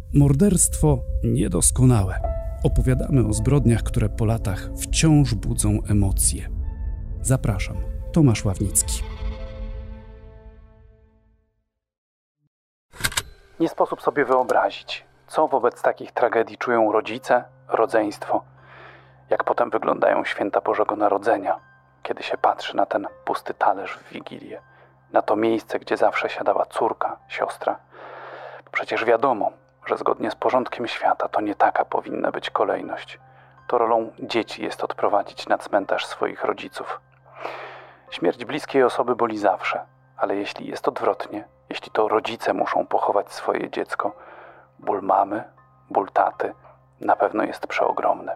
Morderstwo niedoskonałe. Opowiadamy o zbrodniach, które po latach wciąż budzą emocje. Zapraszam, Tomasz Ławnicki. Nie sposób sobie wyobrazić, co wobec takich tragedii czują rodzice, rodzeństwo, jak potem wyglądają święta Bożego Narodzenia, kiedy się patrzy na ten pusty talerz w Wigilię, na to miejsce, gdzie zawsze siadała córka, siostra. Bo przecież wiadomo, że zgodnie z porządkiem świata to nie taka powinna być kolejność. To rolą dzieci jest odprowadzić na cmentarz swoich rodziców. Śmierć bliskiej osoby boli zawsze, ale jeśli jest odwrotnie, jeśli to rodzice muszą pochować swoje dziecko, ból mamy, ból taty na pewno jest przeogromny.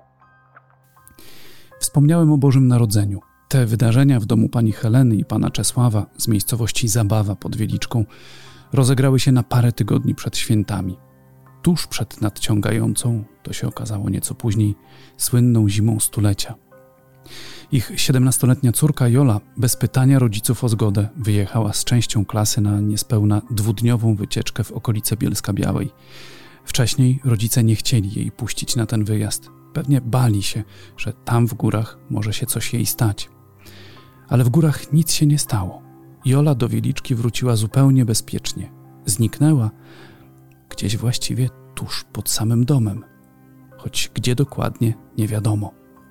Wspomniałem o Bożym Narodzeniu. Te wydarzenia w domu pani Heleny i pana Czesława z miejscowości Zabawa pod Wieliczką rozegrały się na parę tygodni przed świętami. Tuż przed nadciągającą, to się okazało nieco później, słynną zimą stulecia. Ich 17-letnia córka Jola bez pytania rodziców o zgodę wyjechała z częścią klasy na niespełna 2-dniową wycieczkę w okolice Bielska-Białej. Wcześniej rodzice nie chcieli jej puścić na ten wyjazd. Pewnie bali się, że tam w górach może się coś jej stać. Ale w górach nic się nie stało. Jola do Wieliczki wróciła zupełnie bezpiecznie. Zniknęła gdzieś właściwie tuż pod samym domem. Choć gdzie dokładnie, nie wiadomo.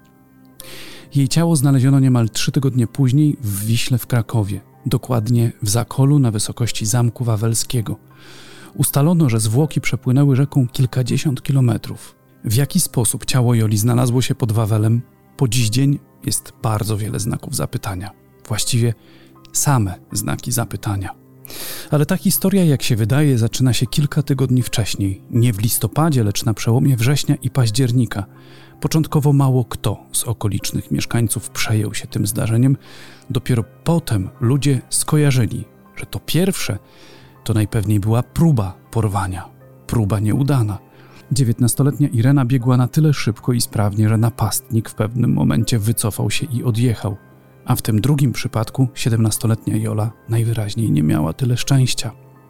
Jej ciało znaleziono niemal 3 tygodnie później w Wiśle w Krakowie, dokładnie w Zakolu na wysokości Zamku Wawelskiego. Ustalono, że zwłoki przepłynęły rzeką kilkadziesiąt kilometrów. W jaki sposób ciało Joli znalazło się pod Wawelem, po dziś dzień jest bardzo wiele znaków zapytania. Właściwie same znaki zapytania. Ale ta historia, jak się wydaje, zaczyna się kilka tygodni wcześniej. Nie w listopadzie, lecz na przełomie września i października. Początkowo mało kto z okolicznych mieszkańców przejął się tym zdarzeniem. Dopiero potem ludzie skojarzyli, że to pierwsze to najpewniej była próba porwania. Próba nieudana. 19-letnia Irena biegła na tyle szybko i sprawnie, że napastnik w pewnym momencie wycofał się i odjechał. A w tym drugim przypadku 17-letnia Jola najwyraźniej nie miała tyle szczęścia.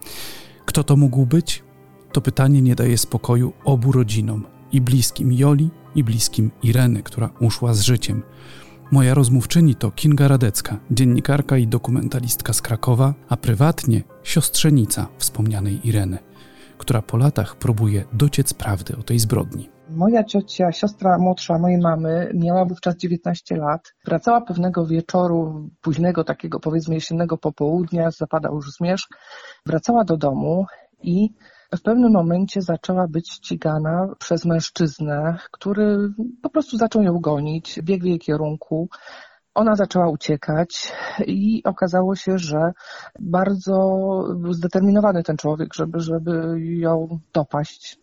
Kto to mógł być? To pytanie nie daje spokoju obu rodzinom, i bliskim Joli, i bliskim Ireny, która uszła z życiem. Moja rozmówczyni to Kinga Radecka, dziennikarka i dokumentalistka z Krakowa, a prywatnie siostrzenica wspomnianej Ireny, która po latach próbuje dociec prawdy o tej zbrodni. Moja ciocia, siostra młodsza mojej mamy, miała wówczas 19 lat. Wracała pewnego wieczoru, późnego takiego powiedzmy jesiennego popołudnia, zapadał już zmierzch. Wracała do domu i w pewnym momencie zaczęła być ścigana przez mężczyznę, który po prostu zaczął ją gonić, biegł w jej kierunku. Ona zaczęła uciekać i okazało się, że bardzo był zdeterminowany ten człowiek, żeby ją dopaść.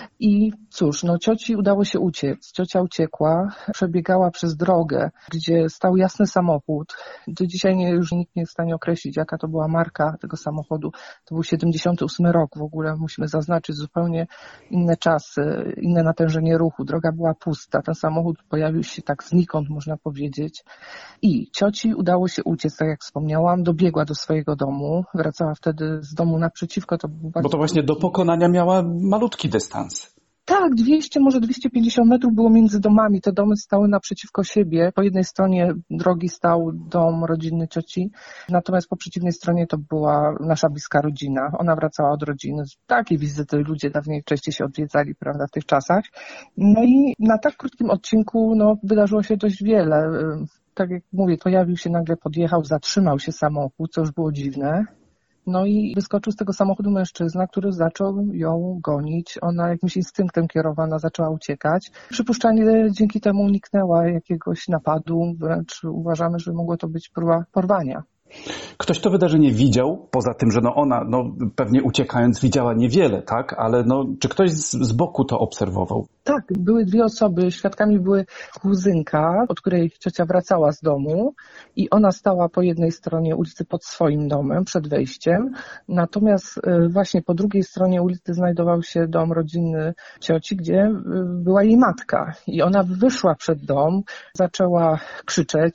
I cóż, cioci udało się uciec. Ciocia uciekła, przebiegała przez drogę, gdzie stał jasny samochód. Do dzisiaj już nikt nie jest w stanie określić, jaka to była marka tego samochodu. To był 78 rok w ogóle, musimy zaznaczyć, zupełnie inne czasy, inne natężenie ruchu. Droga była pusta, ten samochód pojawił się tak znikąd, można powiedzieć. I cioci udało się uciec, tak jak wspomniałam, dobiegła do swojego domu, wracała wtedy z domu naprzeciwko. To był bardzo Bo to właśnie do pokonania miała malutki dystans. Tak, 200, może 250 metrów było między domami. Te domy stały naprzeciwko siebie. Po jednej stronie drogi stał dom rodzinny cioci, natomiast po przeciwnej stronie to była nasza bliska rodzina. Ona wracała od rodziny. Takie wizyty ludzie dawniej częściej się odwiedzali, prawda, w tych czasach. No i na tak krótkim odcinku wydarzyło się dość wiele. Tak jak mówię, pojawił się nagle, podjechał, zatrzymał się samochód, co już było dziwne. No i wyskoczył z tego samochodu mężczyzna, który zaczął ją gonić. Ona jakimś instynktem kierowana zaczęła uciekać. Przypuszczalnie dzięki temu uniknęła jakiegoś napadu, wręcz uważamy, że mogło to być próba porwania. Ktoś to wydarzenie widział, poza tym, że ona pewnie uciekając widziała niewiele, tak? Ale czy ktoś z boku to obserwował? Tak, były 2 osoby. Świadkami były kuzynka, od której ciocia wracała z domu i ona stała po jednej stronie ulicy pod swoim domem, przed wejściem. Natomiast właśnie po drugiej stronie ulicy znajdował się dom rodzinny cioci, gdzie była jej matka. I ona wyszła przed dom, zaczęła krzyczeć,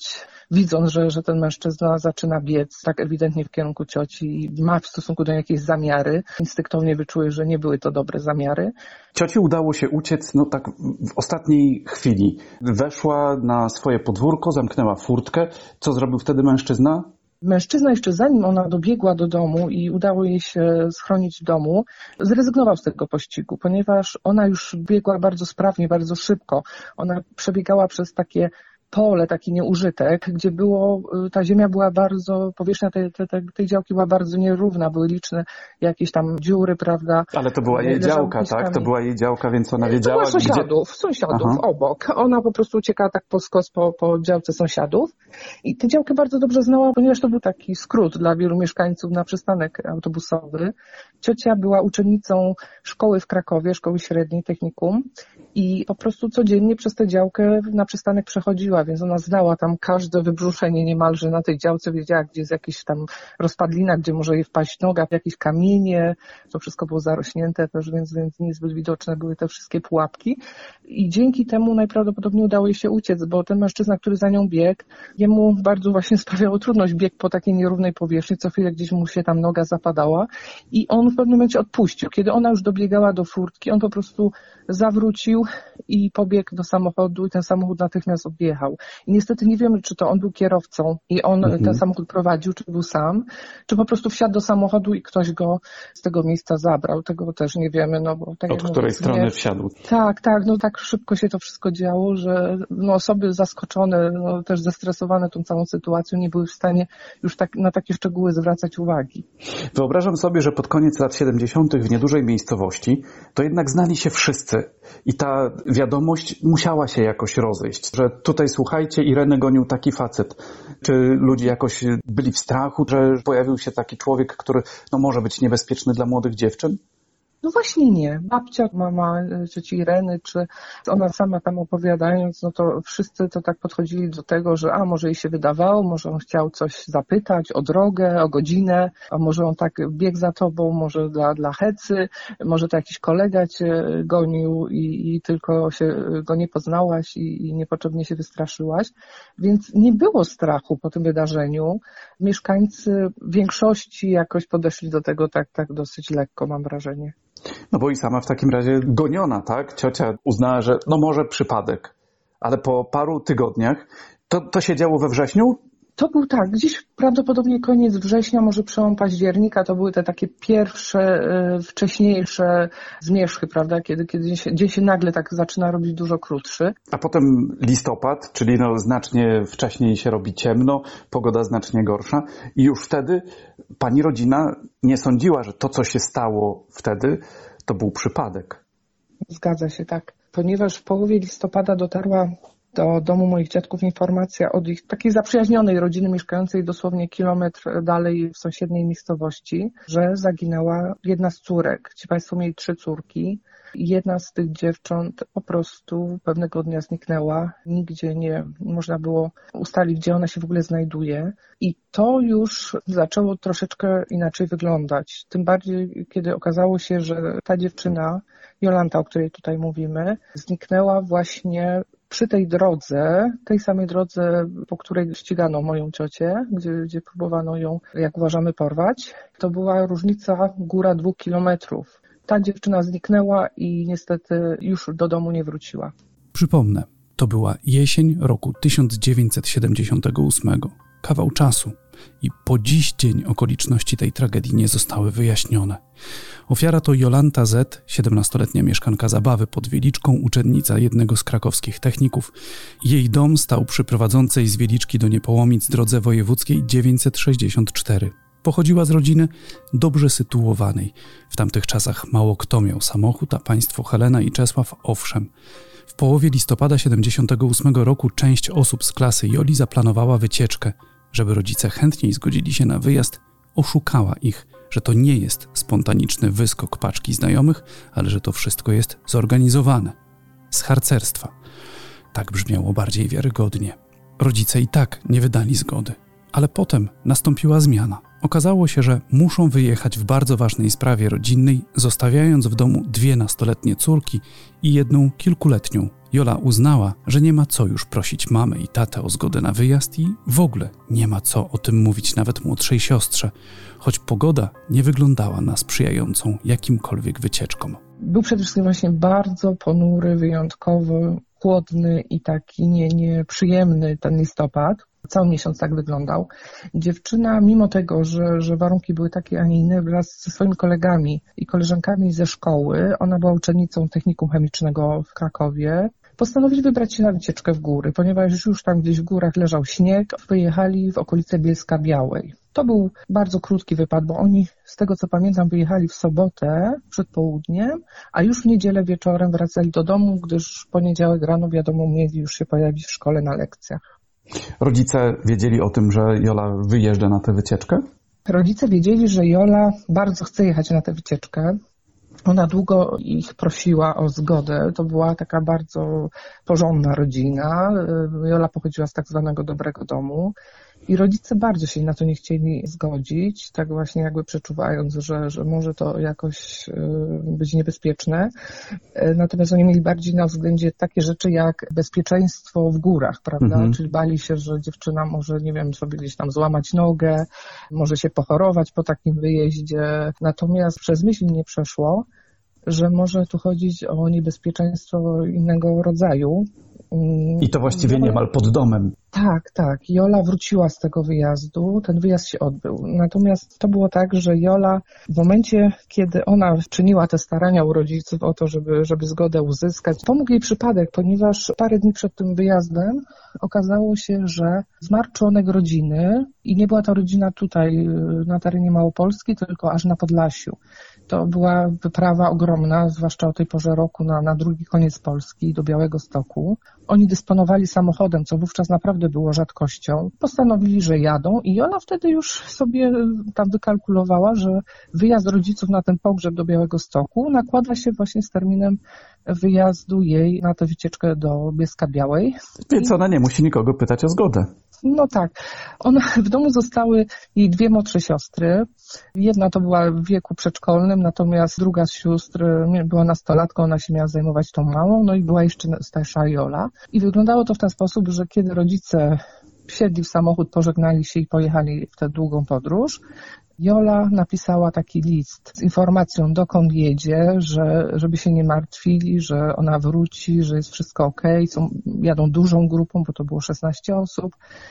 widząc, że ten mężczyzna zaczyna biec tak ewidentnie w kierunku cioci i ma w stosunku do niej jakieś zamiary, instynktownie wyczuły, że nie były to dobre zamiary. Cioci udało się uciec, tak w ostatniej chwili. Weszła na swoje podwórko, zamknęła furtkę. Co zrobił wtedy mężczyzna? Mężczyzna jeszcze zanim ona dobiegła do domu i udało jej się schronić w domu, zrezygnował z tego pościgu, ponieważ ona już biegła bardzo sprawnie, bardzo szybko. Ona przebiegała przez takie pole, taki nieużytek, gdzie ta ziemia była bardzo, powierzchnia tej działki była bardzo nierówna, były liczne jakieś tam dziury, prawda? Ale to była jej działka, tak? To była jej działka, więc ona wiedziała, to była sąsiadów obok. Ona po prostu uciekała tak po skos po działce sąsiadów i tę działkę bardzo dobrze znała, ponieważ to był taki skrót dla wielu mieszkańców na przystanek autobusowy. Ciocia była uczennicą szkoły w Krakowie, szkoły średniej, technikum i po prostu codziennie przez tę działkę na przystanek przechodziła, więc ona znała tam każde wybrzuszenie niemalże na tej działce, wiedziała, gdzie jest jakaś tam rozpadlina, gdzie może jej wpaść noga, jakieś kamienie, to wszystko było zarośnięte też, więc niezbyt widoczne były te wszystkie pułapki i dzięki temu najprawdopodobniej udało jej się uciec, bo ten mężczyzna, który za nią biegł, jemu bardzo właśnie sprawiało trudność bieg po takiej nierównej powierzchni, co chwilę gdzieś mu się tam noga zapadała i on w pewnym momencie odpuścił. Kiedy ona już dobiegała do furtki, on po prostu zawrócił i pobiegł do samochodu i ten samochód natychmiast odjechał. I niestety nie wiemy, czy to on był kierowcą i on ten samochód prowadził, czy był sam, czy po prostu wsiadł do samochodu i ktoś go z tego miejsca zabrał. Tego też nie wiemy, bo tak od której strony wsiadł. Tak, tak szybko się to wszystko działo, że osoby zaskoczone, też zestresowane tą całą sytuacją nie były w stanie już na takie szczegóły zwracać uwagi. Wyobrażam sobie, że pod koniec lat 70. w niedużej miejscowości to jednak znali się wszyscy i ta wiadomość musiała się jakoś rozejść, że tutaj słuchajcie, Irenę gonił taki facet. Czy ludzie jakoś byli w strachu, że pojawił się taki człowiek, który może być niebezpieczny dla młodych dziewczyn? No właśnie nie. Babcia, mama cioci Ireny, czy ona sama tam opowiadając, to wszyscy to tak podchodzili do tego, że może jej się wydawało, może on chciał coś zapytać o drogę, o godzinę, a może on tak biegł za tobą, może dla hecy, może to jakiś kolega cię gonił i tylko się go nie poznałaś i niepotrzebnie się wystraszyłaś. Więc nie było strachu po tym wydarzeniu. Mieszkańcy w większości jakoś podeszli do tego tak dosyć lekko, mam wrażenie. Bo i sama w takim razie goniona, tak? Ciocia uznała, że może przypadek. Ale po paru tygodniach, to się działo we wrześniu? To był gdzieś prawdopodobnie koniec września, może przełom października, to były te takie pierwsze, wcześniejsze zmierzchy, prawda, kiedy dzień się nagle tak zaczyna robić dużo krótszy. A potem listopad, czyli znacznie wcześniej się robi ciemno, pogoda znacznie gorsza i już wtedy pani rodzina nie sądziła, że to, co się stało wtedy, to był przypadek. Zgadza się, tak. Ponieważ w połowie listopada dotarła do domu moich dziadków informacja od ich takiej zaprzyjaźnionej rodziny mieszkającej dosłownie kilometr dalej w sąsiedniej miejscowości, że zaginęła jedna z córek. Ci państwo mieli 3 córki. Jedna z tych dziewcząt po prostu pewnego dnia zniknęła. Nigdzie nie można było ustalić, gdzie ona się w ogóle znajduje. I to już zaczęło troszeczkę inaczej wyglądać. Tym bardziej, kiedy okazało się, że ta dziewczyna, Jolanta, o której tutaj mówimy, zniknęła właśnie przy tej drodze, tej samej drodze, po której ścigano moją ciocię, gdzie próbowano ją, jak uważamy, porwać. To była różnica góra 2 kilometrów. Ta dziewczyna zniknęła i niestety już do domu nie wróciła. Przypomnę, to była jesień roku 1978. Kawał czasu. I po dziś dzień okoliczności tej tragedii nie zostały wyjaśnione. Ofiara to Jolanta Z., 17-letnia mieszkanka Zabawy pod Wieliczką, uczennica jednego z krakowskich techników. Jej dom stał przy prowadzącej z Wieliczki do Niepołomic drodze wojewódzkiej 964. Pochodziła z rodziny dobrze sytuowanej. W tamtych czasach mało kto miał samochód, a państwo Helena i Czesław owszem. W połowie listopada 78 roku część osób z klasy Joli zaplanowała wycieczkę. Żeby rodzice chętniej zgodzili się na wyjazd, oszukała ich, że to nie jest spontaniczny wyskok paczki znajomych, ale że to wszystko jest zorganizowane. Z harcerstwa. Tak brzmiało bardziej wiarygodnie. Rodzice i tak nie wydali zgody. Ale potem nastąpiła zmiana. Okazało się, że muszą wyjechać w bardzo ważnej sprawie rodzinnej, zostawiając w domu 2 nastoletnie córki i 1 kilkuletnią. Jola uznała, że nie ma co już prosić mamę i tatę o zgodę na wyjazd i w ogóle nie ma co o tym mówić nawet młodszej siostrze, choć pogoda nie wyglądała na sprzyjającą jakimkolwiek wycieczkom. Był przede wszystkim właśnie bardzo ponury, wyjątkowo chłodny i taki nieprzyjemny ten listopad. Cały miesiąc tak wyglądał. Dziewczyna, mimo tego, że warunki były takie, a nie inne, wraz ze swoimi kolegami i koleżankami ze szkoły, ona była uczennicą technikum chemicznego w Krakowie, postanowili wybrać się na wycieczkę w góry, ponieważ już tam gdzieś w górach leżał śnieg, wyjechali w okolice Bielska-Białej. To był bardzo krótki wypad, bo oni, z tego co pamiętam, wyjechali w sobotę przed południem, a już w niedzielę wieczorem wracali do domu, gdyż w poniedziałek rano, wiadomo, mieli już się pojawić w szkole na lekcjach. Rodzice wiedzieli o tym, że Jola wyjeżdża na tę wycieczkę? Rodzice wiedzieli, że Jola bardzo chce jechać na tę wycieczkę. Ona długo ich prosiła o zgodę. To była taka bardzo porządna rodzina. Jola pochodziła z tak zwanego dobrego domu. I rodzice bardzo się na to nie chcieli zgodzić, tak właśnie jakby przeczuwając, że może to jakoś być niebezpieczne. Natomiast oni mieli bardziej na względzie takie rzeczy jak bezpieczeństwo w górach, prawda? Czyli bali się, że dziewczyna może, nie wiem, sobie gdzieś tam złamać nogę, może się pochorować po takim wyjeździe. Natomiast przez myśl nie przeszło, że może tu chodzić o niebezpieczeństwo innego rodzaju. I to właściwie niemal pod domem. Tak. Jola wróciła z tego wyjazdu, ten wyjazd się odbył. Natomiast to było tak, że Jola w momencie, kiedy ona czyniła te starania u rodziców o to, żeby zgodę uzyskać, pomógł jej przypadek, ponieważ parę dni przed tym wyjazdem okazało się, że zmarł członek rodziny i nie była to rodzina tutaj na terenie Małopolski, tylko aż na Podlasiu. To była wyprawa ogromna, zwłaszcza o tej porze roku na drugi koniec Polski, do Białegostoku. Oni dysponowali samochodem, co wówczas naprawdę było rzadkością. Postanowili, że jadą i ona wtedy już sobie tam wykalkulowała, że wyjazd rodziców na ten pogrzeb do Białegostoku nakłada się właśnie z terminem wyjazdu jej na tę wycieczkę do Bielska-Białej. Więc ona nie musi nikogo pytać o zgodę. No tak. W domu zostały jej 2 młodsze siostry. Jedna to była w wieku przedszkolnym, natomiast druga z sióstr była nastolatką, ona się miała zajmować tą małą, no i była jeszcze starsza Jola. I wyglądało to w ten sposób, że kiedy rodzice wsiedli w samochód, pożegnali się i pojechali w tę długą podróż, Jola napisała taki list z informacją, dokąd jedzie, żeby się nie martwili, że ona wróci, że jest wszystko okej, jadą dużą grupą, bo to było 16 osób.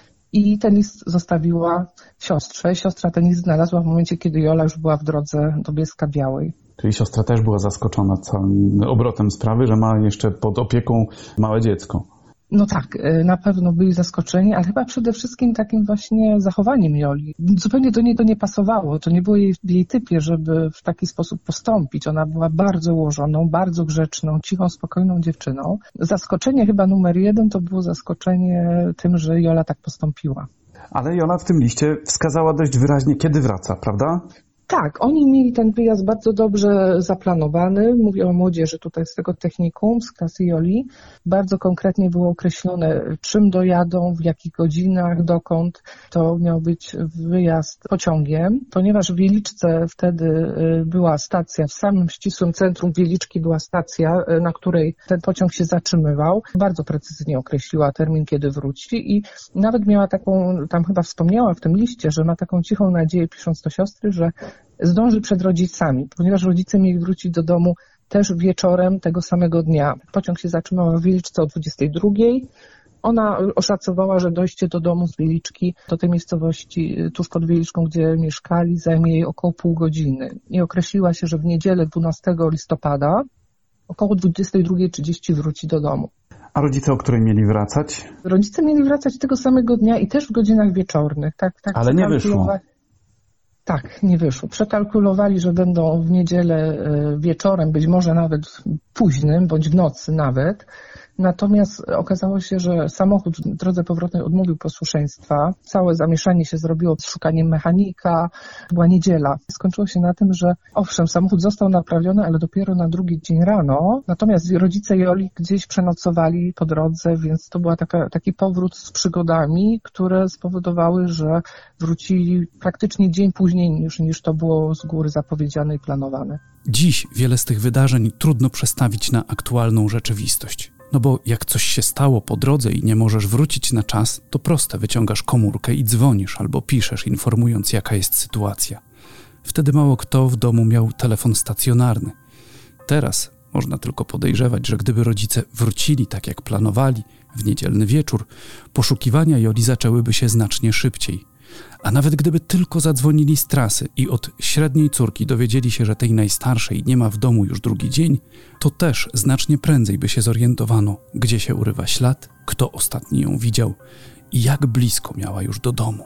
I ten list zostawiła siostrze. Siostra ten list znalazła w momencie, kiedy Jola już była w drodze do Bielska-Białej. Czyli siostra też była zaskoczona całym obrotem sprawy, że ma jeszcze pod opieką małe dziecko. No tak, na pewno byli zaskoczeni, ale chyba przede wszystkim takim właśnie zachowaniem Joli. Zupełnie do niej to nie pasowało, to nie było w jej typie, żeby w taki sposób postąpić. Ona była bardzo ułożoną, bardzo grzeczną, cichą, spokojną dziewczyną. Zaskoczenie chyba numer 1 to było zaskoczenie tym, że Jola tak postąpiła. Ale Jola w tym liście wskazała dość wyraźnie, kiedy wraca, prawda? Tak, oni mieli ten wyjazd bardzo dobrze zaplanowany. Mówię o młodzieży tutaj z tego technikum, z klasy Joli. Bardzo konkretnie było określone, czym dojadą, w jakich godzinach, dokąd. To miał być wyjazd pociągiem, ponieważ w Wieliczce wtedy była stacja, w samym ścisłym centrum Wieliczki była stacja, na której ten pociąg się zatrzymywał. Bardzo precyzyjnie określiła termin, kiedy wróci i nawet miała taką, tam chyba wspomniała w tym liście, że ma taką cichą nadzieję, pisząc do siostry, że zdąży przed rodzicami, ponieważ rodzice mieli wrócić do domu też wieczorem tego samego dnia. Pociąg się zatrzymał w Wieliczce o 22. Ona oszacowała, że dojście do domu z Wieliczki, do tej miejscowości tuż pod Wieliczką, gdzie mieszkali, zajmie jej około pół godziny. I określiła się, że w niedzielę 12 listopada około 22:30 wróci do domu. A rodzice, o której mieli wracać? Rodzice mieli wracać tego samego dnia i też w godzinach wieczornych. Tak, ale nie wyszło. Tak, nie wyszło. Przekalkulowali, że będą w niedzielę wieczorem, być może nawet późnym, bądź w nocy nawet. Natomiast okazało się, że samochód w drodze powrotnej odmówił posłuszeństwa. Całe zamieszanie się zrobiło z szukaniem mechanika. Była niedziela. Skończyło się na tym, że owszem, samochód został naprawiony, ale dopiero na drugi dzień rano. Natomiast rodzice Joli gdzieś przenocowali po drodze, więc to był taki powrót z przygodami, które spowodowały, że wrócili praktycznie dzień później niż to było z góry zapowiedziane i planowane. Dziś wiele z tych wydarzeń trudno przestawić na aktualną rzeczywistość. No bo jak coś się stało po drodze i nie możesz wrócić na czas, to proste, wyciągasz komórkę i dzwonisz albo piszesz, informując, jaka jest sytuacja. Wtedy mało kto w domu miał telefon stacjonarny. Teraz można tylko podejrzewać, że gdyby rodzice wrócili tak jak planowali w niedzielny wieczór, poszukiwania Joli zaczęłyby się znacznie szybciej. A nawet gdyby tylko zadzwonili z trasy i od średniej córki dowiedzieli się, że tej najstarszej nie ma w domu już drugi dzień, to też znacznie prędzej by się zorientowano, gdzie się urywa ślad, kto ostatni ją widział i jak blisko miała już do domu.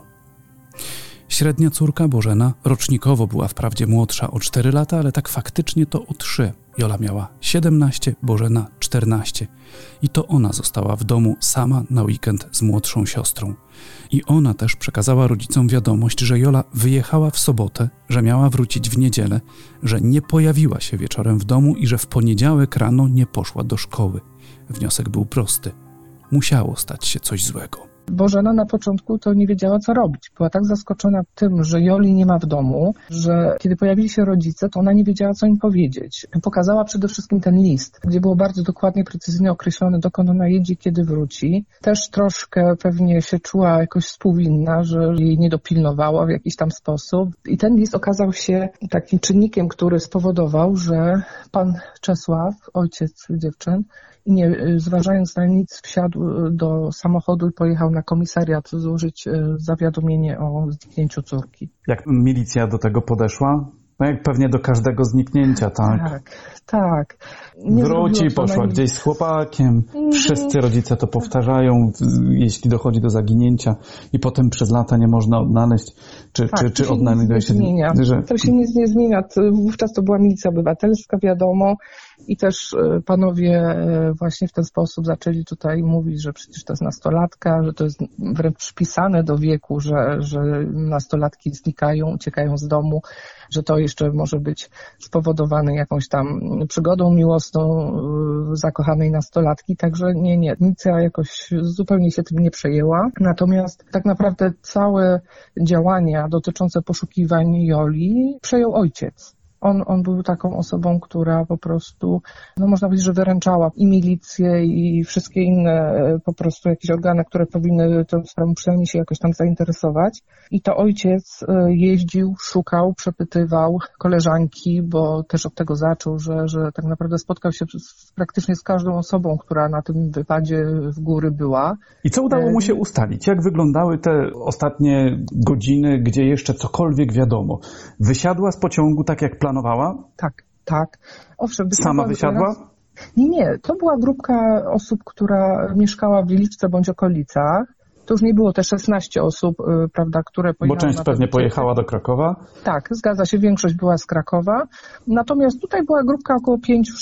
Średnia córka Bożena rocznikowo była wprawdzie młodsza o 4 lata, ale tak faktycznie to o 3. Jola miała 17, Bożena 14 i to ona została w domu sama na weekend z młodszą siostrą. I ona też przekazała rodzicom wiadomość, że Jola wyjechała w sobotę, że miała wrócić w niedzielę, że nie pojawiła się wieczorem w domu i że w poniedziałek rano nie poszła do szkoły. Wniosek był prosty. Musiało stać się coś złego. Bożena na początku to nie wiedziała, co robić. Była tak zaskoczona tym, że Joli nie ma w domu, że kiedy pojawili się rodzice, to ona nie wiedziała, co im powiedzieć. Pokazała przede wszystkim ten list, gdzie było bardzo dokładnie, precyzyjnie określone, dokąd ona jedzie, kiedy wróci. Też troszkę pewnie się czuła jakoś współwinna, że jej nie dopilnowała w jakiś tam sposób. I ten list okazał się takim czynnikiem, który spowodował, że pan Czesław, ojciec dziewczyn, i nie zważając na nic, wsiadł do samochodu i pojechał na komisariat złożyć zawiadomienie o zniknięciu córki. Jak milicja do tego podeszła? No jak pewnie do każdego zniknięcia, tak? Tak. Wróci, poszła gdzieś z chłopakiem. Wszyscy rodzice to powtarzają, jeśli dochodzi do zaginięcia i potem przez lata nie można odnaleźć, czy odnajduje się... To się nic nie zmienia. Wówczas to była milicja obywatelska, wiadomo. I też panowie właśnie w ten sposób zaczęli tutaj mówić, że przecież to jest nastolatka, że to jest wręcz przypisane do wieku, że nastolatki znikają, uciekają z domu, że to jeszcze może być spowodowane jakąś tam przygodą miłosną zakochanej nastolatki. Także nie, milicja jakoś zupełnie się tym nie przejęła. Natomiast tak naprawdę całe działania dotyczące poszukiwań Joli przejął ojciec. On był taką osobą, która po prostu, można powiedzieć, że wyręczała i milicję, i wszystkie inne po prostu jakieś organy, które powinny tą sprawą przynajmniej się jakoś tam zainteresować. I to ojciec jeździł, szukał, przepytywał koleżanki, bo też od tego zaczął, że tak naprawdę spotkał się praktycznie z każdą osobą, która na tym wypadzie w góry była. I co udało mu się ustalić? Jak wyglądały te ostatnie godziny, gdzie jeszcze cokolwiek wiadomo? Wysiadła z pociągu tak jak planowała? Tak. Owszem, sama wysiadła? Nie. To była grupka osób, która mieszkała w Wieliczce bądź okolicach. To już nie było te 16 osób, prawda, które pojechały. Bo część pewnie pojechała do Krakowa? Tak, zgadza się, większość była z Krakowa. Natomiast tutaj była grupka około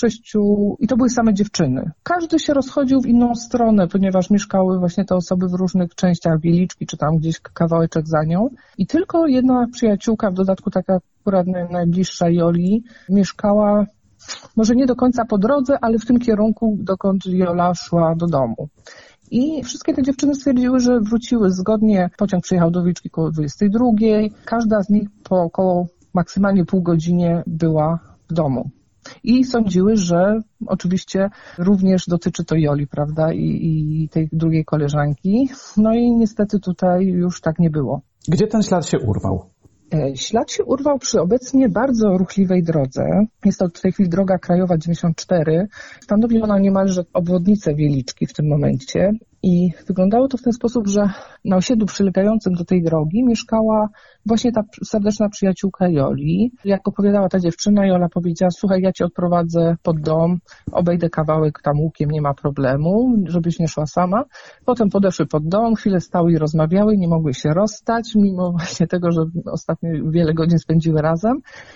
5-6 i to były same dziewczyny. Każdy się rozchodził w inną stronę, ponieważ mieszkały właśnie te osoby w różnych częściach Wieliczki, czy tam gdzieś kawałeczek za nią. I tylko jedna przyjaciółka, w dodatku taka akurat najbliższa Joli, mieszkała może nie do końca po drodze, ale w tym kierunku, dokąd Jola szła do domu. I wszystkie te dziewczyny stwierdziły, że wróciły zgodnie. Pociąg przyjechał do Wieliczki koło 22. Każda z nich po około maksymalnie pół godzinie była w domu. I sądziły, że oczywiście również dotyczy to Joli, prawda, i tej drugiej koleżanki. No i niestety tutaj już tak nie było. Gdzie ten ślad się urwał? Ślad się urwał przy obecnie bardzo ruchliwej drodze. Jest to w tej chwili droga krajowa 94. Stanowi ona niemalże obwodnicę Wieliczki w tym momencie. I wyglądało to w ten sposób, że na osiedlu przylegającym do tej drogi mieszkała właśnie ta serdeczna przyjaciółka Joli. Jak opowiadała ta dziewczyna, Jola powiedziała: słuchaj, ja cię odprowadzę pod dom, obejdę kawałek tam łukiem, nie ma problemu, żebyś nie szła sama. Potem podeszły pod dom, chwilę stały i rozmawiały, nie mogły się rozstać, mimo właśnie tego, że ostatnio wiele godzin spędziły razem.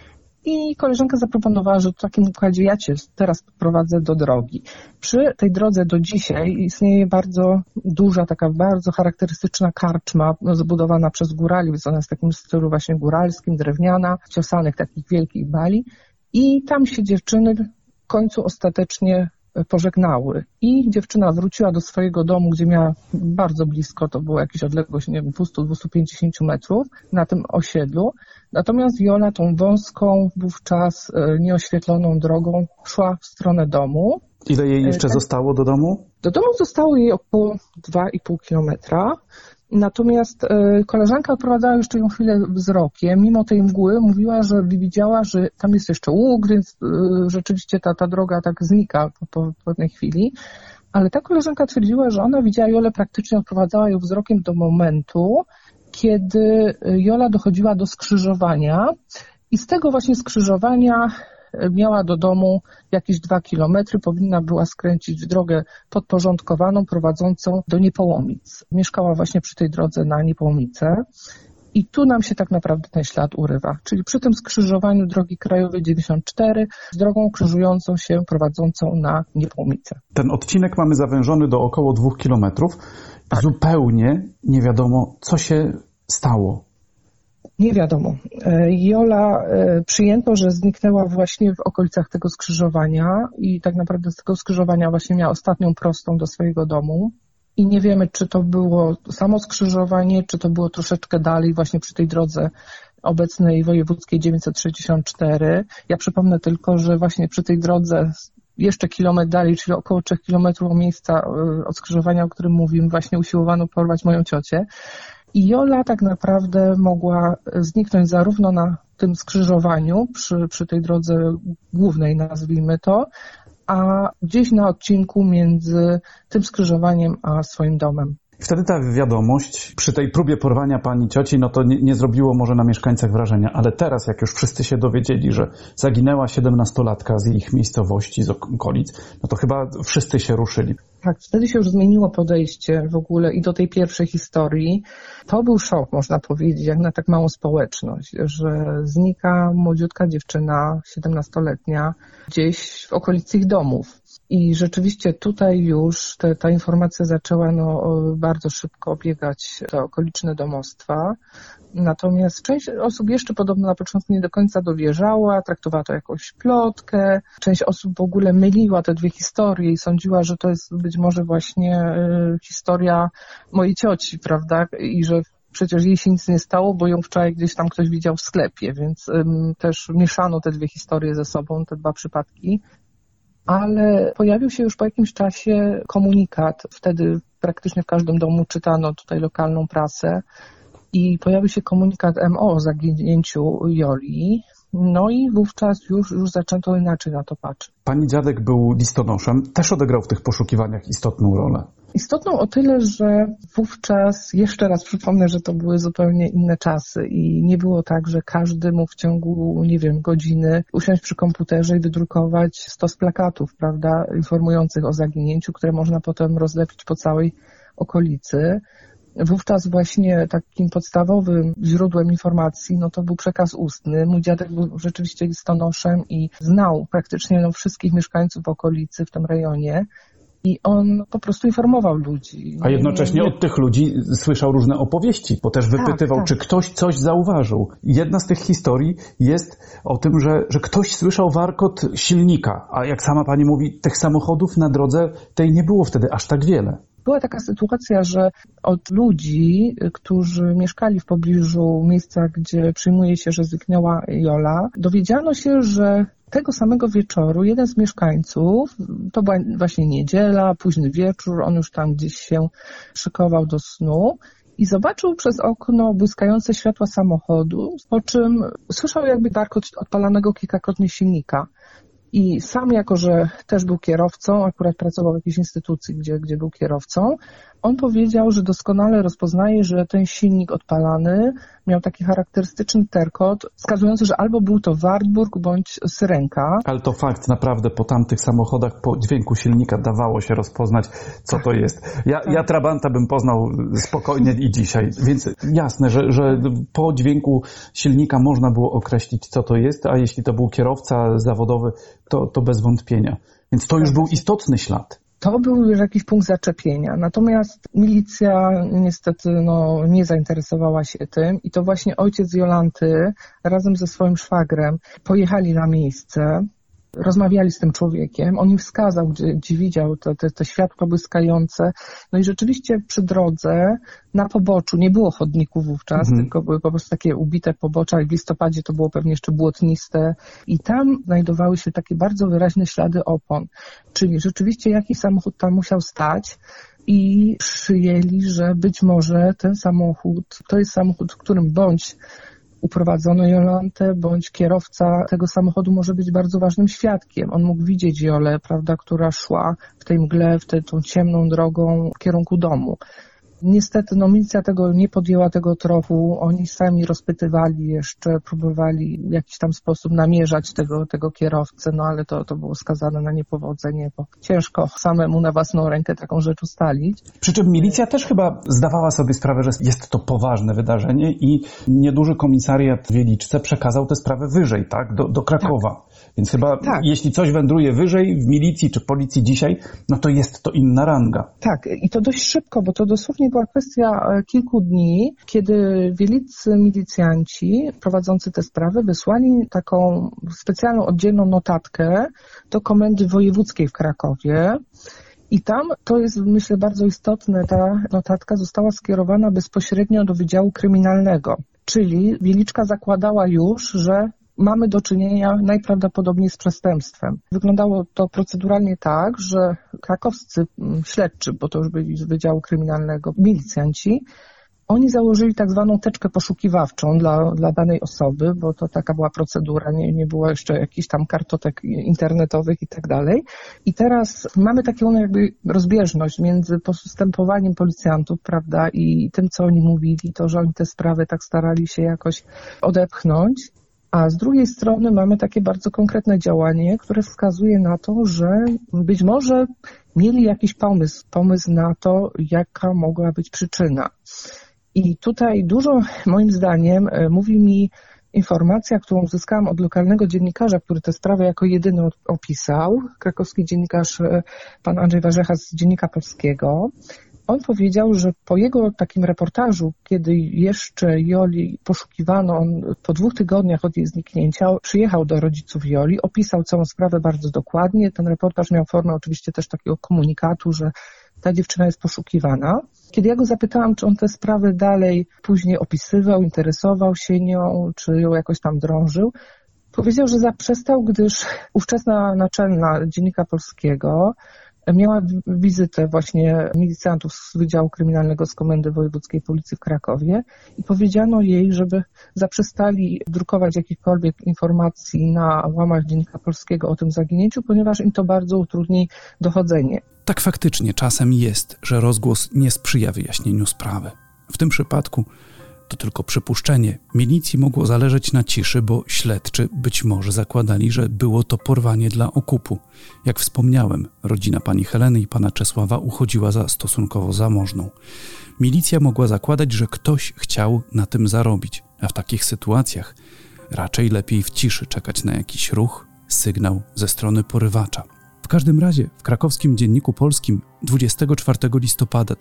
I koleżanka zaproponowała, że w takim układzie ja cię teraz prowadzę do drogi. Przy tej drodze do dzisiaj istnieje bardzo duża, taka bardzo charakterystyczna karczma, zbudowana przez górali, więc ona jest w takim stylu właśnie góralskim, drewniana, ciosanych takich wielkich bali. I tam się dziewczyny w końcu ostatecznie pożegnały. I dziewczyna wróciła do swojego domu, gdzie miała bardzo blisko, to była jakaś odległość, nie wiem, 200-250 metrów na tym osiedlu. Natomiast Jola tą wąską, wówczas nieoświetloną drogą szła w stronę domu. Ile jej jeszcze zostało do domu? Do domu zostało jej około 2,5 kilometra. Natomiast koleżanka odprowadzała jeszcze ją chwilę wzrokiem. Mimo tej mgły mówiła, że widziała, że tam jest jeszcze łuk, więc rzeczywiście ta droga tak znika po pewnej chwili. Ale ta koleżanka twierdziła, że ona widziała Jolę, praktycznie odprowadzała ją wzrokiem do momentu, kiedy Jola dochodziła do skrzyżowania i z tego właśnie skrzyżowania miała do domu jakieś 2 kilometry, powinna była skręcić w drogę podporządkowaną prowadzącą do Niepołomic. Mieszkała właśnie przy tej drodze na Niepołomice i tu nam się tak naprawdę ten ślad urywa, czyli przy tym skrzyżowaniu drogi krajowej 94 z drogą krzyżującą się prowadzącą na Niepołomice. Ten odcinek mamy zawężony do około 2 kilometrów. Tak. Zupełnie nie wiadomo, co się stało. Nie wiadomo. Jola przyjęto, że zniknęła właśnie w okolicach tego skrzyżowania i tak naprawdę z tego skrzyżowania właśnie miała ostatnią prostą do swojego domu. I nie wiemy, czy to było samo skrzyżowanie, czy to było troszeczkę dalej właśnie przy tej drodze obecnej wojewódzkiej 964. Ja przypomnę tylko, że właśnie przy tej drodze jeszcze kilometr dalej, czyli około 3 kilometrów od miejsca od skrzyżowania, o którym mówimy, właśnie usiłowano porwać moją ciocię. I Jola tak naprawdę mogła zniknąć zarówno na tym skrzyżowaniu, przy tej drodze głównej, nazwijmy to, a gdzieś na odcinku między tym skrzyżowaniem a swoim domem. Wtedy ta wiadomość przy tej próbie porwania pani cioci, no to nie zrobiło może na mieszkańcach wrażenia, ale teraz jak już wszyscy się dowiedzieli, że zaginęła 17-latka z ich miejscowości, z okolic, no to chyba wszyscy się ruszyli. Tak, wtedy się już zmieniło podejście w ogóle i do tej pierwszej historii. To był szok, można powiedzieć, jak na tak małą społeczność, że znika młodziutka dziewczyna, 17-letnia, gdzieś w okolicy ich domów. I rzeczywiście tutaj już ta informacja zaczęła bardzo szybko obiegać te okoliczne domostwa. Natomiast część osób jeszcze podobno na początku nie do końca dowierzała, traktowała to jakąś plotkę. Część osób w ogóle myliła te dwie historie i sądziła, że to jest być może właśnie historia mojej cioci, prawda? I że przecież jej się nic nie stało, bo ją wczoraj gdzieś tam ktoś widział w sklepie, więc też mieszano te dwie historie ze sobą, te dwa przypadki. Ale pojawił się już po jakimś czasie komunikat, wtedy praktycznie w każdym domu czytano tutaj lokalną prasę i pojawił się komunikat MO o zaginięciu Joli, no i wówczas już zaczęto inaczej na to patrzeć. Pani dziadek był listonoszem, też odegrał w tych poszukiwaniach istotną rolę. Istotną o tyle, że wówczas, jeszcze raz przypomnę, że to były zupełnie inne czasy i nie było tak, że każdy mógł w ciągu, godziny usiąść przy komputerze i wydrukować 100 plakatów, prawda, informujących o zaginięciu, które można potem rozlepić po całej okolicy. Wówczas właśnie takim podstawowym źródłem informacji, to był przekaz ustny. Mój dziadek był rzeczywiście listonoszem i znał praktycznie wszystkich mieszkańców okolicy w tym rejonie. I on po prostu informował ludzi. A jednocześnie od tych ludzi słyszał różne opowieści, bo też wypytywał, czy ktoś coś zauważył. Jedna z tych historii jest o tym, że ktoś słyszał warkot silnika, a jak sama pani mówi, tych samochodów na drodze tej nie było wtedy aż tak wiele. Była taka sytuacja, że od ludzi, którzy mieszkali w pobliżu miejsca, gdzie przyjmuje się, że zniknęła Jola, dowiedziano się, że tego samego wieczoru jeden z mieszkańców, to była właśnie niedziela, późny wieczór, on już tam gdzieś się szykował do snu i zobaczył przez okno błyskające światła samochodu, po czym słyszał jakby warkot odpalanego kilkakrotnie silnika. I sam, jako że też był kierowcą, akurat pracował w jakiejś instytucji, gdzie był kierowcą, On powiedział, że doskonale rozpoznaje, że ten silnik odpalany miał taki charakterystyczny terkot, wskazujący, że albo był to Wartburg bądź Syrenka. Ale to fakt, naprawdę po tamtych samochodach, po dźwięku silnika dawało się rozpoznać, co to jest. Ja Trabanta bym poznał spokojnie i dzisiaj, więc jasne, że po dźwięku silnika można było określić, co to jest, a jeśli to był kierowca zawodowy, to bez wątpienia. Więc to już był istotny ślad. To był już jakiś punkt zaczepienia. Natomiast milicja niestety nie zainteresowała się tym i to właśnie ojciec Jolanty razem ze swoim szwagrem pojechali na miejsce, rozmawiali z tym człowiekiem, on im wskazał, gdzie widział te światła błyskające. No i rzeczywiście przy drodze, na poboczu, nie było chodników wówczas, tylko były po prostu takie ubite pobocza i w listopadzie to było pewnie jeszcze błotniste i tam znajdowały się takie bardzo wyraźne ślady opon. Czyli rzeczywiście jakiś samochód tam musiał stać i przyjęli, że być może ten samochód to jest samochód, w którym bądź uprowadzono Jolantę, bądź kierowca tego samochodu może być bardzo ważnym świadkiem. On mógł widzieć Jolę, prawda, która szła w tej mgle, tą ciemną drogą w kierunku domu. Niestety milicja nie podjęła tego trochu, oni sami rozpytywali jeszcze, próbowali w jakiś tam sposób namierzać tego kierowcę, ale to było skazane na niepowodzenie, bo ciężko samemu na własną rękę taką rzecz ustalić. Przy czym milicja też chyba zdawała sobie sprawę, że jest to poważne wydarzenie i nieduży komisariat w Wieliczce przekazał tę sprawę wyżej, tak, do Krakowa. Tak. Więc chyba jeśli coś wędruje wyżej w milicji czy policji dzisiaj, to jest to inna ranga. Tak, i to dość szybko, bo to dosłownie była kwestia kilku dni, kiedy wieliccy milicjanci prowadzący tę sprawę wysłali taką specjalną, oddzielną notatkę do Komendy Wojewódzkiej w Krakowie. I tam, to jest myślę bardzo istotne, ta notatka została skierowana bezpośrednio do Wydziału Kryminalnego. Czyli Wieliczka zakładała już, że mamy do czynienia najprawdopodobniej z przestępstwem. Wyglądało to proceduralnie tak, że krakowscy śledczy, bo to już byli z Wydziału Kryminalnego, milicjanci, oni założyli tak zwaną teczkę poszukiwawczą dla danej osoby, bo to taka była procedura, nie było jeszcze jakichś tam kartotek internetowych i tak dalej. I teraz mamy taką jakby rozbieżność między postępowaniem policjantów, prawda, i tym, co oni mówili, to, że oni te sprawy tak starali się jakoś odepchnąć. A z drugiej strony mamy takie bardzo konkretne działanie, które wskazuje na to, że być może mieli jakiś pomysł na to, jaka mogła być przyczyna. I tutaj dużo, moim zdaniem, mówi mi informacja, którą uzyskałam od lokalnego dziennikarza, który tę sprawę jako jedyny opisał, krakowski dziennikarz pan Andrzej Warzecha z Dziennika Polskiego. On powiedział, że po jego takim reportażu, kiedy jeszcze Joli poszukiwano, on po 2 tygodniach od jej zniknięcia przyjechał do rodziców Joli, opisał całą sprawę bardzo dokładnie. Ten reportaż miał formę oczywiście też takiego komunikatu, że ta dziewczyna jest poszukiwana. Kiedy ja go zapytałam, czy on tę sprawę dalej później opisywał, interesował się nią, czy ją jakoś tam drążył, powiedział, że zaprzestał, gdyż ówczesna naczelna Dziennika Polskiego miała wizytę właśnie milicjantów z Wydziału Kryminalnego z Komendy Wojewódzkiej Policji w Krakowie i powiedziano jej, żeby zaprzestali drukować jakichkolwiek informacji na łamach Dziennika Polskiego o tym zaginięciu, ponieważ im to bardzo utrudni dochodzenie. Tak faktycznie czasem jest, że rozgłos nie sprzyja wyjaśnieniu sprawy. W tym przypadku to tylko przypuszczenie. Milicji mogło zależeć na ciszy, bo śledczy być może zakładali, że było to porwanie dla okupu. Jak wspomniałem, rodzina pani Heleny i pana Czesława uchodziła za stosunkowo zamożną. Milicja mogła zakładać, że ktoś chciał na tym zarobić, a w takich sytuacjach raczej lepiej w ciszy czekać na jakiś ruch, sygnał ze strony porywacza. W każdym razie w krakowskim Dzienniku Polskim 24 listopada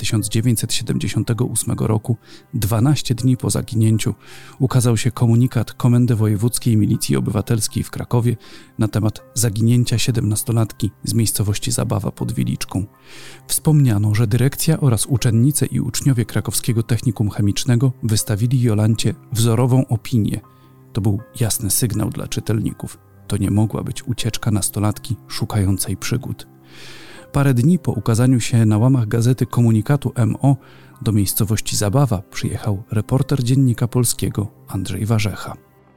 1978 roku, 12 dni po zaginięciu, ukazał się komunikat Komendy Wojewódzkiej Milicji Obywatelskiej w Krakowie na temat zaginięcia 17-latki z miejscowości Zabawa pod Wieliczką. Wspomniano, że dyrekcja oraz uczennice i uczniowie Krakowskiego Technikum Chemicznego wystawili Jolancie wzorową opinię. To był jasny sygnał dla czytelników. To nie mogła być ucieczka nastolatki szukającej przygód. Parę dni po ukazaniu się na łamach gazety komunikatu MO do miejscowości Zabawa przyjechał reporter Dziennika Polskiego Andrzej Warzecha.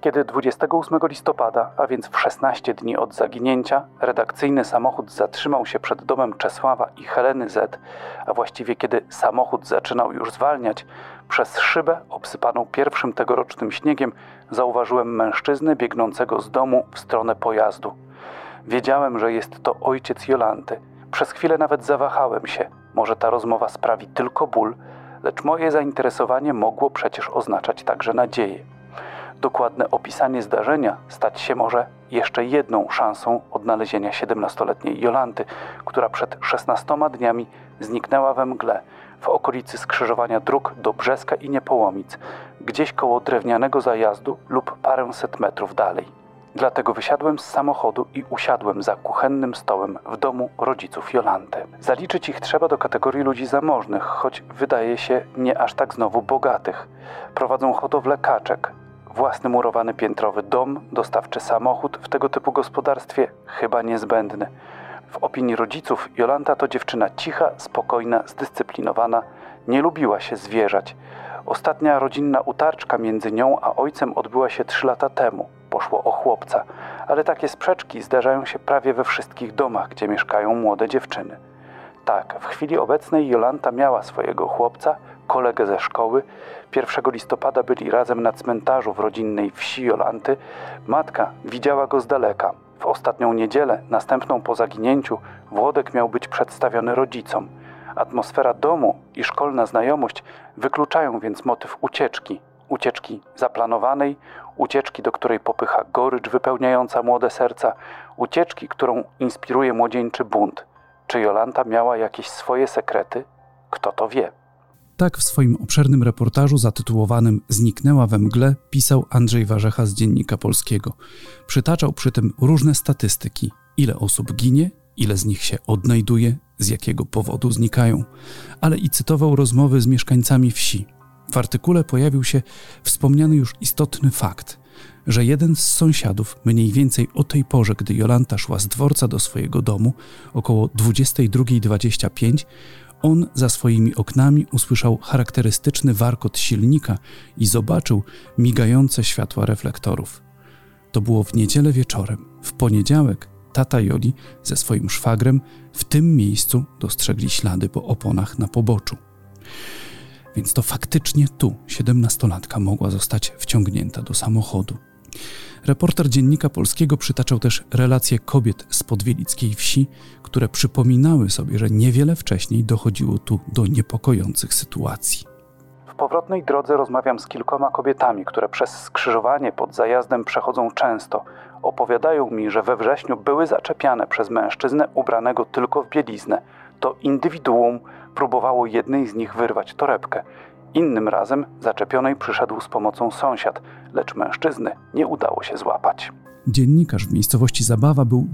Kiedy 28 listopada, a więc w 16 dni od zaginięcia, redakcyjny samochód zatrzymał się przed domem Czesława i Heleny Z., a właściwie kiedy samochód zaczynał już zwalniać, przez szybę obsypaną pierwszym tegorocznym śniegiem zauważyłem mężczyznę biegnącego z domu w stronę pojazdu. Wiedziałem, że jest to ojciec Jolanty. Przez chwilę nawet zawahałem się. Może ta rozmowa sprawi tylko ból, lecz moje zainteresowanie mogło przecież oznaczać także nadzieję. Dokładne opisanie zdarzenia stać się może jeszcze jedną szansą odnalezienia 17-letniej Jolanty, która przed 16 dniami zniknęła we mgle w okolicy skrzyżowania dróg do Brzeska i Niepołomic, gdzieś koło drewnianego zajazdu lub paręset metrów dalej. Dlatego wysiadłem z samochodu i usiadłem za kuchennym stołem w domu rodziców Jolanty. Zaliczyć ich trzeba do kategorii ludzi zamożnych, choć wydaje się nie aż tak znowu bogatych. Prowadzą hodowlę kaczek, własny murowany piętrowy dom, dostawczy samochód, w tego typu gospodarstwie chyba niezbędny. W opinii rodziców Jolanta to dziewczyna cicha, spokojna, zdyscyplinowana, nie lubiła się zwierzać. Ostatnia rodzinna utarczka między nią a ojcem odbyła się 3 lata temu. Poszło o chłopca, ale takie sprzeczki zdarzają się prawie we wszystkich domach, gdzie mieszkają młode dziewczyny. Tak, w chwili obecnej Jolanta miała swojego chłopca, kolegę ze szkoły. 1 listopada byli razem na cmentarzu w rodzinnej wsi Jolanty. Matka widziała go z daleka. W ostatnią niedzielę, następną po zaginięciu, Włodek miał być przedstawiony rodzicom. Atmosfera domu i szkolna znajomość wykluczają więc motyw ucieczki. Ucieczki zaplanowanej, ucieczki, do której popycha gorycz wypełniająca młode serca, ucieczki, którą inspiruje młodzieńczy bunt. Czy Jolanta miała jakieś swoje sekrety? Kto to wie? Tak w swoim obszernym reportażu zatytułowanym „Zniknęła we mgle” pisał Andrzej Warzecha z Dziennika Polskiego. Przytaczał przy tym różne statystyki. Ile osób ginie, ile z nich się odnajduje, z jakiego powodu znikają, ale i cytował rozmowy z mieszkańcami wsi. W artykule pojawił się wspomniany już istotny fakt, że jeden z sąsiadów mniej więcej o tej porze, gdy Jolanta szła z dworca do swojego domu, około 22:25, on za swoimi oknami usłyszał charakterystyczny warkot silnika i zobaczył migające światła reflektorów. To było w niedzielę wieczorem. W poniedziałek tata Joli ze swoim szwagrem w tym miejscu dostrzegli ślady po oponach na poboczu. Więc to faktycznie tu 17-latka mogła zostać wciągnięta do samochodu. Reporter Dziennika Polskiego przytaczał też relacje kobiet z podwielickiej wsi, które przypominały sobie, że niewiele wcześniej dochodziło tu do niepokojących sytuacji. W powrotnej drodze rozmawiam z kilkoma kobietami, które przez skrzyżowanie pod zajazdem przechodzą często. Opowiadają mi, że we wrześniu były zaczepiane przez mężczyznę ubranego tylko w bieliznę. To indywiduum próbowało jednej z nich wyrwać torebkę. Innym razem zaczepionej przyszedł z pomocą sąsiad, lecz mężczyzny nie udało się złapać. Dziennikarz w miejscowości Zabawa był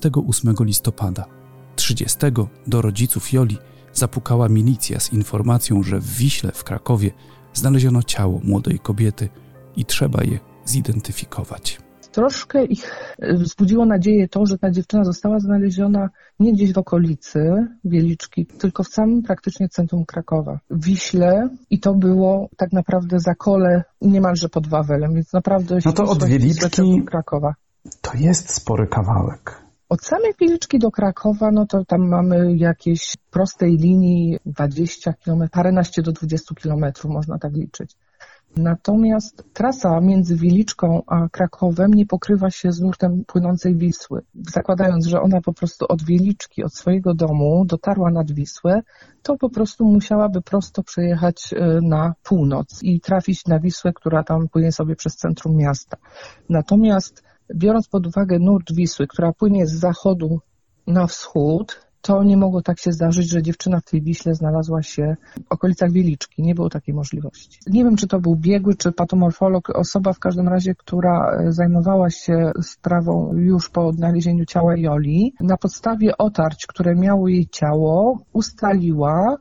28 listopada. 30 do rodziców Joli zapukała milicja z informacją, że w Wiśle w Krakowie znaleziono ciało młodej kobiety i trzeba je zidentyfikować. Troszkę ich wzbudziło nadzieję to, że ta dziewczyna została znaleziona nie gdzieś w okolicy Wieliczki, tylko w samym praktycznie centrum Krakowa, w Wiśle, i to było tak naprawdę Zakole niemalże pod Wawelem, więc naprawdę... No to od Wieliczki Krakowa. To jest spory kawałek. Od samej Wieliczki do Krakowa, no to tam mamy jakieś prostej linii 20 km, paręnaście do 20 km, można tak liczyć. Natomiast trasa między Wieliczką a Krakowem nie pokrywa się z nurtem płynącej Wisły. Zakładając, że ona po prostu od Wieliczki, od swojego domu dotarła nad Wisłę, to po prostu musiałaby prosto przejechać na północ i trafić na Wisłę, która tam płynie sobie przez centrum miasta. Natomiast biorąc pod uwagę nurt Wisły, która płynie z zachodu na wschód, to nie mogło tak się zdarzyć, że dziewczyna w tej Wiśle znalazła się w okolicach Wieliczki. Nie było takiej możliwości. Nie wiem, czy to był biegły, czy patomorfolog, osoba w każdym razie, która zajmowała się sprawą już po odnalezieniu ciała Joli. Na podstawie otarć, które miało jej ciało, ustaliła,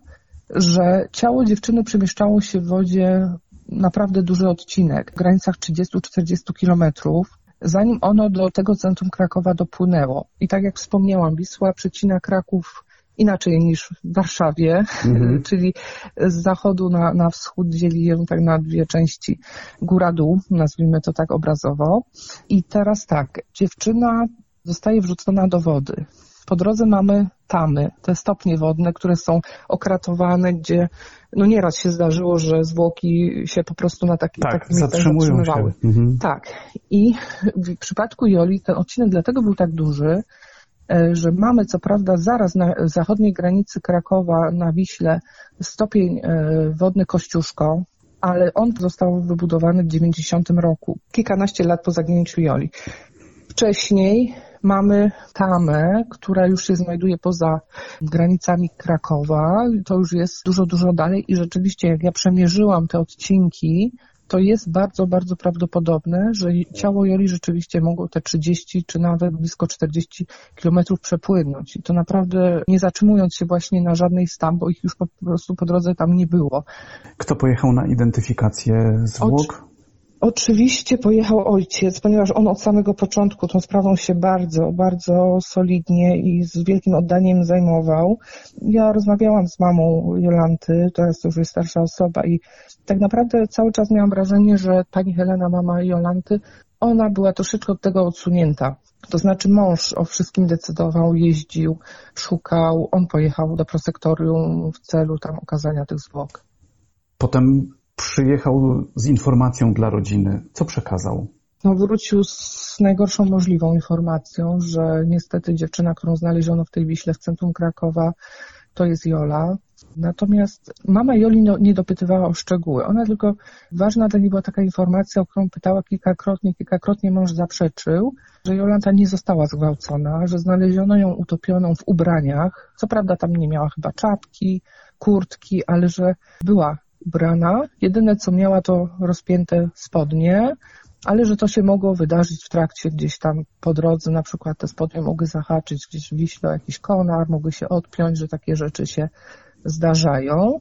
że ciało dziewczyny przemieszczało się w wodzie naprawdę duży odcinek, w granicach 30-40 kilometrów, zanim ono do tego centrum Krakowa dopłynęło. I tak jak wspomniałam, Wisła przecina Kraków inaczej niż w Warszawie, czyli z zachodu na wschód dzieli ją tak na dwie części, góra-dół, nazwijmy to tak obrazowo. I teraz tak, dziewczyna zostaje wrzucona do wody. Po drodze mamy tamy, te stopnie wodne, które są okratowane, gdzie nieraz się zdarzyło, że zwłoki się po prostu na takim zatrzymywały. Tak. I w przypadku Joli ten odcinek dlatego był tak duży, że mamy co prawda zaraz na zachodniej granicy Krakowa na Wiśle stopień wodny Kościuszko, ale on został wybudowany w 90 roku, kilkanaście lat po zaginięciu Joli. Wcześniej mamy tamę, która już się znajduje poza granicami Krakowa. To już jest dużo, dużo dalej i rzeczywiście jak ja przemierzyłam te odcinki, to jest bardzo, bardzo prawdopodobne, że ciało Joli rzeczywiście mogło te 30 czy nawet blisko 40 kilometrów przepłynąć. I to naprawdę nie zatrzymując się właśnie na żadnej z tam, bo ich już po prostu po drodze tam nie było. Kto pojechał na identyfikację zwłok? Oczywiście pojechał ojciec, ponieważ on od samego początku tą sprawą się bardzo, bardzo solidnie i z wielkim oddaniem zajmował. Ja rozmawiałam z mamą Jolanty, teraz to już jest starsza osoba i tak naprawdę cały czas miałam wrażenie, że pani Helena, mama Jolanty, ona była troszeczkę od tego odsunięta. To znaczy mąż o wszystkim decydował, jeździł, szukał, on pojechał do prosektorium w celu tam okazania tych zwłok. Potem przyjechał z informacją dla rodziny. Co przekazał? Wrócił z najgorszą możliwą informacją, że niestety dziewczyna, którą znaleziono w tej Wiśle w centrum Krakowa, to jest Jola. Natomiast mama Joli nie dopytywała o szczegóły. Ona tylko, ważna dla niej była taka informacja, o którą pytała kilkakrotnie mąż zaprzeczył, że Jolanta nie została zgwałcona, że znaleziono ją utopioną w ubraniach. Co prawda tam nie miała chyba czapki, kurtki, ale że była ubrana. Jedyne co miała to rozpięte spodnie, ale że to się mogło wydarzyć w trakcie gdzieś tam po drodze, na przykład te spodnie mogły zahaczyć gdzieś w Wiśle o jakiś konar, mogły się odpiąć, że takie rzeczy się zdarzają.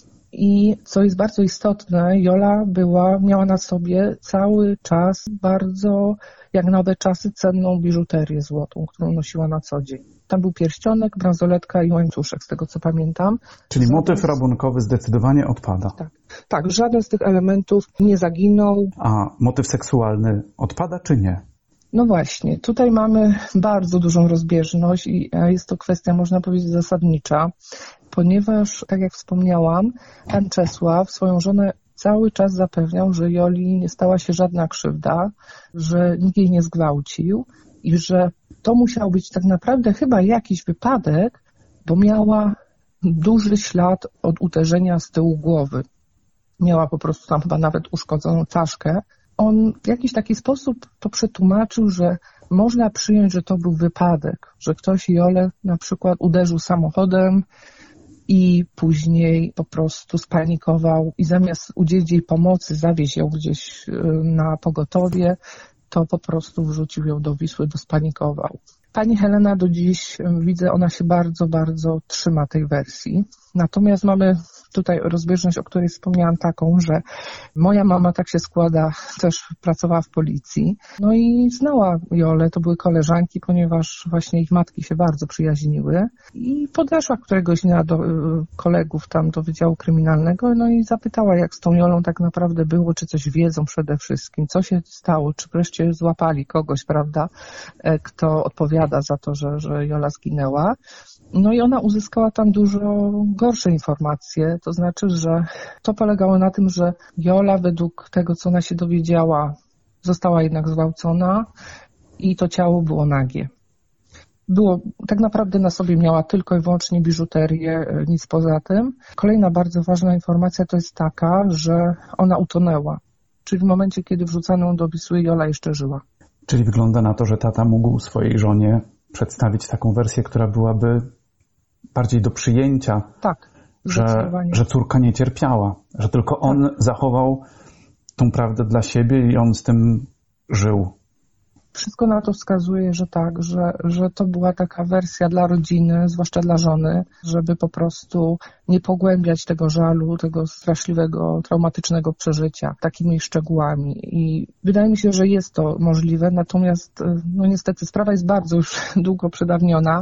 I co jest bardzo istotne, Jola miała na sobie cały czas bardzo, jak na owe czasy, cenną biżuterię złotą, którą nosiła na co dzień. Tam był pierścionek, bransoletka i łańcuszek, z tego co pamiętam. Czyli motyw rabunkowy zdecydowanie odpada. Tak, żaden z tych elementów nie zaginął. A motyw seksualny odpada czy nie? No właśnie, tutaj mamy bardzo dużą rozbieżność i jest to kwestia, można powiedzieć, zasadnicza, ponieważ, tak jak wspomniałam, pan Czesław swoją żonę cały czas zapewniał, że Joli nie stała się żadna krzywda, że nikt jej nie zgwałcił i że to musiał być tak naprawdę chyba jakiś wypadek, bo miała duży ślad od uderzenia z tyłu głowy. Miała po prostu tam chyba nawet uszkodzoną czaszkę. On w jakiś taki sposób to przetłumaczył, że można przyjąć, że to był wypadek, że ktoś Jolę na przykład uderzył samochodem i później po prostu spanikował i zamiast udzielić jej pomocy, zawieźć ją gdzieś na pogotowie, to po prostu wrzucił ją do Wisły, bo spanikował. Pani Helena do dziś, widzę, ona się bardzo, bardzo trzyma tej wersji. Natomiast mamy tutaj rozbieżność, o której wspomniałam, taką, że moja mama, tak się składa, też pracowała w policji. No i znała Jolę, to były koleżanki, ponieważ właśnie ich matki się bardzo przyjaźniły. I podeszła któregoś dnia do kolegów tam do Wydziału Kryminalnego, no i zapytała, jak z tą Jolą tak naprawdę było, czy coś wiedzą przede wszystkim, co się stało, czy wreszcie złapali kogoś, prawda, kto odpowiada za to, że Jola zginęła. No i ona uzyskała tam dużo gorsze informacje, to znaczy, że to polegało na tym, że Jola według tego, co ona się dowiedziała, została jednak zgwałcona i to ciało było nagie. Tak naprawdę na sobie miała tylko i wyłącznie biżuterię, nic poza tym. Kolejna bardzo ważna informacja to jest taka, że ona utonęła, czyli w momencie, kiedy wrzucano ją do Wisły, Jola jeszcze żyła. Czyli wygląda na to, że tata mógł swojej żonie przedstawić taką wersję, która byłaby bardziej do przyjęcia, tak, że córka nie cierpiała, że tylko on zachował tą prawdę dla siebie i on z tym żył. Wszystko na to wskazuje, że tak, że to była taka wersja dla rodziny, zwłaszcza dla żony, żeby po prostu nie pogłębiać tego żalu, tego straszliwego, traumatycznego przeżycia takimi szczegółami. I wydaje mi się, że jest to możliwe, natomiast no niestety sprawa jest bardzo już długo przedawniona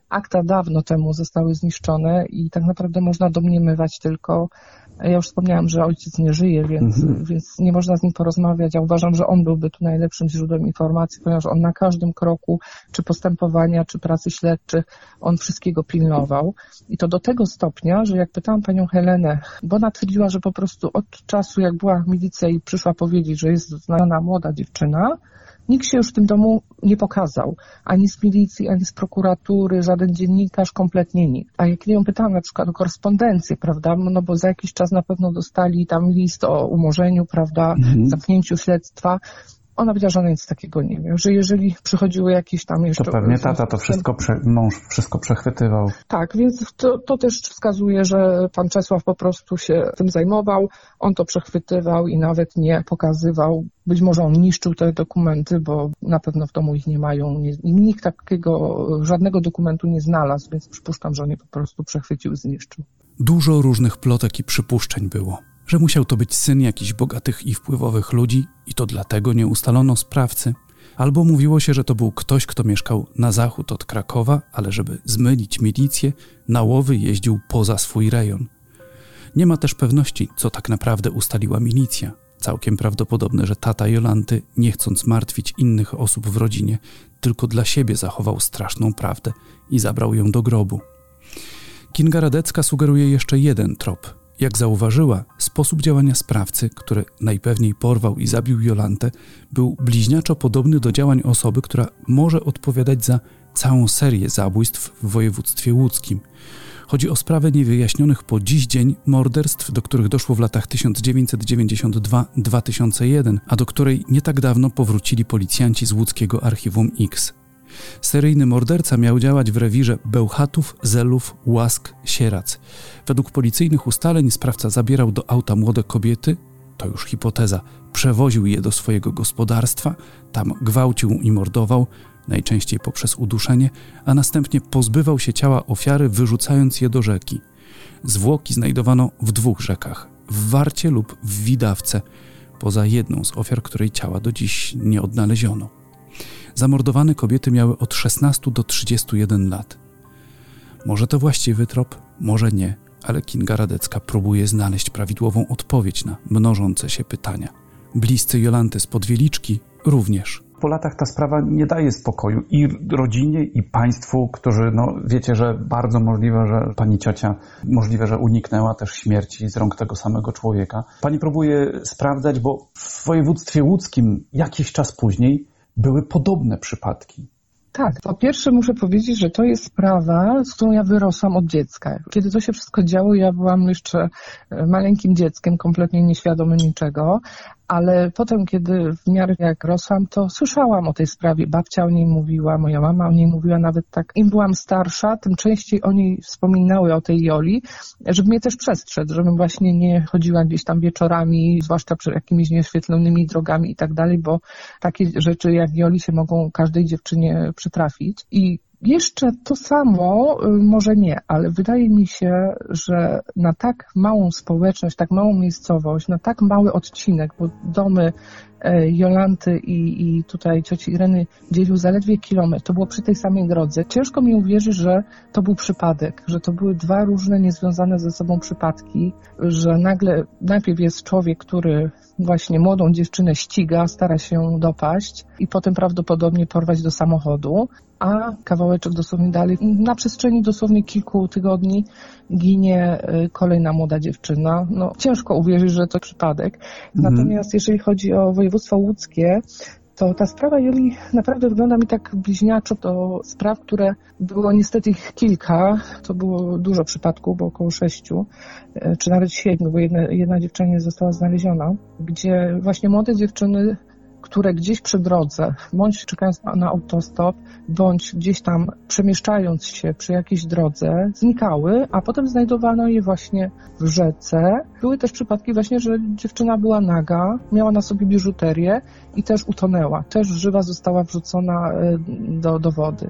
akta dawno temu zostały zniszczone i tak naprawdę można domniemywać tylko. Ja już wspomniałam, że ojciec nie żyje, więc nie można z nim porozmawiać. Ja uważam, że on byłby tu najlepszym źródłem informacji, ponieważ on na każdym kroku, czy postępowania, czy pracy śledczych, on wszystkiego pilnował. I to do tego stopnia, że jak pytałam panią Helenę, bo ona twierdziła, że po prostu od czasu, jak była w milicji i przyszła powiedzieć, że jest znana młoda dziewczyna, nikt się już w tym domu nie pokazał. Ani z milicji, ani z prokuratury, żaden dziennikarz, kompletnie nikt. A jak ją pytałam na przykład o korespondencję, prawda, no bo za jakiś czas na pewno dostali tam list o umorzeniu, prawda, zamknięciu śledztwa, ona powiedziała, że ona nic takiego nie wie, że jeżeli przychodziły jakieś tam jeszcze... To pewnie tata to mąż wszystko przechwytywał. Tak, więc to też wskazuje, że pan Czesław po prostu się tym zajmował, on to przechwytywał i nawet nie pokazywał. Być może on niszczył te dokumenty, bo na pewno w domu ich nie mają. Nikt żadnego dokumentu nie znalazł, więc przypuszczam, że on je po prostu przechwycił i zniszczył. Dużo różnych plotek i przypuszczeń było, że musiał to być syn jakichś bogatych i wpływowych ludzi i to dlatego nie ustalono sprawcy, albo mówiło się, że to był ktoś, kto mieszkał na zachód od Krakowa, ale żeby zmylić milicję, na łowy jeździł poza swój rejon. Nie ma też pewności, co tak naprawdę ustaliła milicja. Całkiem prawdopodobne, że tata Jolanty, nie chcąc martwić innych osób w rodzinie, tylko dla siebie zachował straszną prawdę i zabrał ją do grobu. Kinga Radecka sugeruje jeszcze jeden trop. Jak zauważyła, sposób działania sprawcy, który najpewniej porwał i zabił Jolantę, był bliźniaczo podobny do działań osoby, która może odpowiadać za całą serię zabójstw w województwie łódzkim. Chodzi o sprawę niewyjaśnionych po dziś dzień morderstw, do których doszło w latach 1992-2001, a do której nie tak dawno powrócili policjanci z łódzkiego Archiwum X. Seryjny morderca miał działać w rewirze Bełchatów, Zelów, Łask, Sierac. Według policyjnych ustaleń sprawca zabierał do auta młode kobiety, to już hipoteza, przewoził je do swojego gospodarstwa, tam gwałcił i mordował, najczęściej poprzez uduszenie, a następnie pozbywał się ciała ofiary, wyrzucając je do rzeki. Zwłoki znajdowano w 2 rzekach, w Warcie lub w Widawce, poza jedną z ofiar, której ciała do dziś nie odnaleziono. Zamordowane kobiety miały od 16 do 31 lat. Może to właściwy trop, może nie, ale Kinga Radecka próbuje znaleźć prawidłową odpowiedź na mnożące się pytania. Bliscy Jolanty z Podwieliczki również. Po latach ta sprawa nie daje spokoju i rodzinie, i państwu, którzy, wiecie, że bardzo możliwe, że pani ciocia, możliwe, że uniknęła też śmierci z rąk tego samego człowieka. Pani próbuje sprawdzać, bo w województwie łódzkim jakiś czas później były podobne przypadki. Tak, po pierwsze muszę powiedzieć, że to jest sprawa, z którą ja wyrosłam od dziecka. Kiedy to się wszystko działo, ja byłam jeszcze maleńkim dzieckiem, kompletnie nieświadomym niczego, ale potem, kiedy w miarę jak rosłam, to słyszałam o tej sprawie. Babcia o niej mówiła, moja mama o niej mówiła, nawet tak. Im byłam starsza, tym częściej o niej wspominały, o tej Joli, żeby mnie też przestrzec, żebym właśnie nie chodziła gdzieś tam wieczorami, zwłaszcza przed jakimiś nieoświetlonymi drogami i tak dalej, bo takie rzeczy jak Joli się mogą każdej dziewczynie przytrafić. I jeszcze to samo, może nie, ale wydaje mi się, że na tak małą społeczność, tak małą miejscowość, na tak mały odcinek, bo domy Jolanty i tutaj cioci Ireny dzielił zaledwie kilometr, to było przy tej samej drodze. Ciężko mi uwierzyć, że to był przypadek, że to były 2 różne, niezwiązane ze sobą przypadki, że najpierw jest człowiek, który właśnie młodą dziewczynę ściga, stara się ją dopaść i potem prawdopodobnie porwać do samochodu, a kawałeczek dosłownie dalej, na przestrzeni dosłownie kilku tygodni ginie kolejna młoda dziewczyna. Ciężko uwierzyć, że to przypadek. Natomiast jeżeli chodzi o województwo łódzkie, to ta sprawa Joli naprawdę wygląda mi tak bliźniaczo do spraw, które było niestety ich kilka. To było dużo przypadków, bo około 6, czy nawet 7, bo jedna dziewczyna nie została znaleziona, gdzie właśnie młode dziewczyny, które gdzieś przy drodze, bądź czekając na autostop, bądź gdzieś tam przemieszczając się przy jakiejś drodze, znikały, a potem znajdowano je właśnie w rzece. Były też przypadki właśnie, że dziewczyna była naga, miała na sobie biżuterię i też utonęła. Też żywa została wrzucona do wody.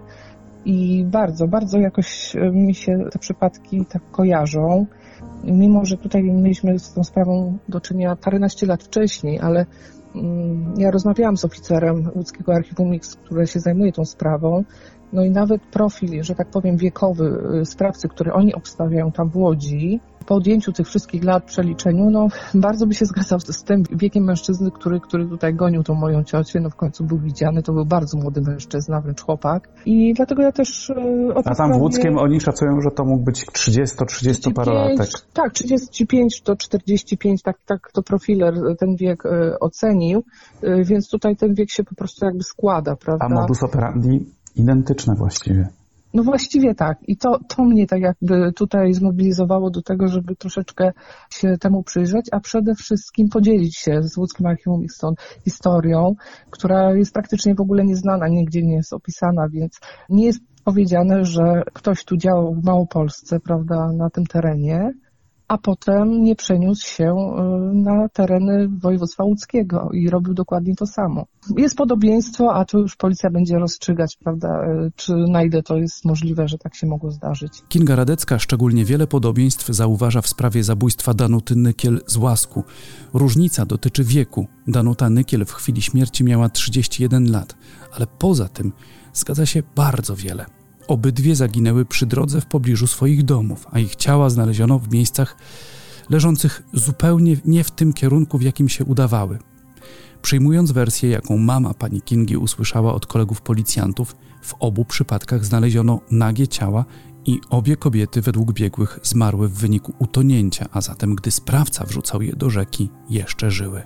I bardzo, bardzo jakoś mi się te przypadki tak kojarzą. Mimo że tutaj mieliśmy z tą sprawą do czynienia paręnaście lat wcześniej, ale ja rozmawiałam z oficerem łódzkiego Archiwum X, który się zajmuje tą sprawą No i nawet profil, że tak powiem, wiekowy sprawcy, który oni obstawiają tam w Łodzi, po odjęciu tych wszystkich lat, przeliczeniu, no bardzo by się zgadzał z tym wiekiem mężczyzny, który tutaj gonił tą moją ciocię, no w końcu był widziany, to był bardzo młody mężczyzna, wręcz chłopak. I dlatego ja też A tam w Łódzkiem oni szacują, że to mógł być 30-parolatek. Tak, 35 do 45, tak to profiler ten wiek ocenił, więc tutaj ten wiek się po prostu jakby składa, prawda? A modus operandi identyczne właściwie. No właściwie tak. I to mnie tak jakby tutaj zmobilizowało do tego, żeby troszeczkę się temu przyjrzeć, a przede wszystkim podzielić się z Łódzkim Archiwum tą historią, która jest praktycznie w ogóle nieznana, nigdzie nie jest opisana, więc nie jest powiedziane, że ktoś tu działał w Małopolsce, prawda, na tym terenie, a potem nie przeniósł się na tereny województwa łódzkiego i robił dokładnie to samo. Jest podobieństwo, a tu już policja będzie rozstrzygać, prawda, czy na ile to jest możliwe, że tak się mogło zdarzyć. Kinga Radecka szczególnie wiele podobieństw zauważa w sprawie zabójstwa Danuty Nykiel z Łasku. Różnica dotyczy wieku. Danuta Nykiel w chwili śmierci miała 31 lat, ale poza tym zgadza się bardzo wiele. Obydwie zaginęły przy drodze w pobliżu swoich domów, a ich ciała znaleziono w miejscach leżących zupełnie nie w tym kierunku, w jakim się udawały. Przyjmując wersję, jaką mama pani Kingi usłyszała od kolegów policjantów, w obu przypadkach znaleziono nagie ciała i obie kobiety według biegłych zmarły w wyniku utonięcia, a zatem gdy sprawca wrzucał je do rzeki, jeszcze żyły.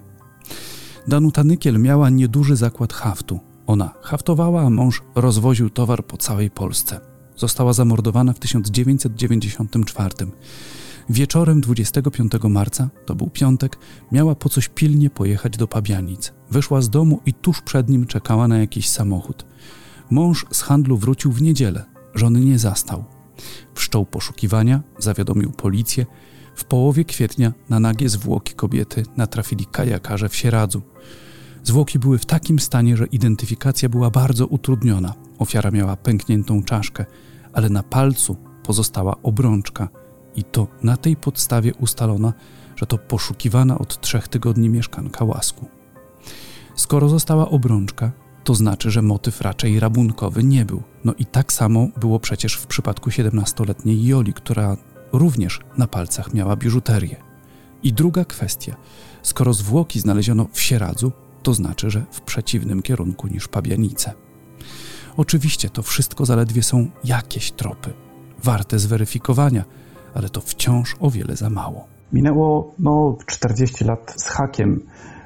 Danuta Nykiel miała nieduży zakład haftu. Ona haftowała, a mąż rozwoził towar po całej Polsce. Została zamordowana w 1994. Wieczorem 25 marca, to był piątek, miała po coś pilnie pojechać do Pabianic. Wyszła z domu i tuż przed nim czekała na jakiś samochód. Mąż z handlu wrócił w niedzielę. Żony nie zastał. Wszczął poszukiwania, zawiadomił policję. W połowie kwietnia na nagie zwłoki kobiety natrafili kajakarze w Sieradzu. Zwłoki były w takim stanie, że identyfikacja była bardzo utrudniona. Ofiara miała pękniętą czaszkę, ale na palcu pozostała obrączka i to na tej podstawie ustalono, że to poszukiwana od 3 tygodni mieszkanka Łasku. Skoro została obrączka, to znaczy, że motyw raczej rabunkowy nie był. No i tak samo było przecież w przypadku 17-letniej Joli, która również na palcach miała biżuterię. I druga kwestia. Skoro zwłoki znaleziono w Sieradzu, to znaczy, że w przeciwnym kierunku niż Pabianice. Oczywiście to wszystko zaledwie są jakieś tropy, warte zweryfikowania, ale to wciąż o wiele za mało. Minęło 40 lat z hakiem.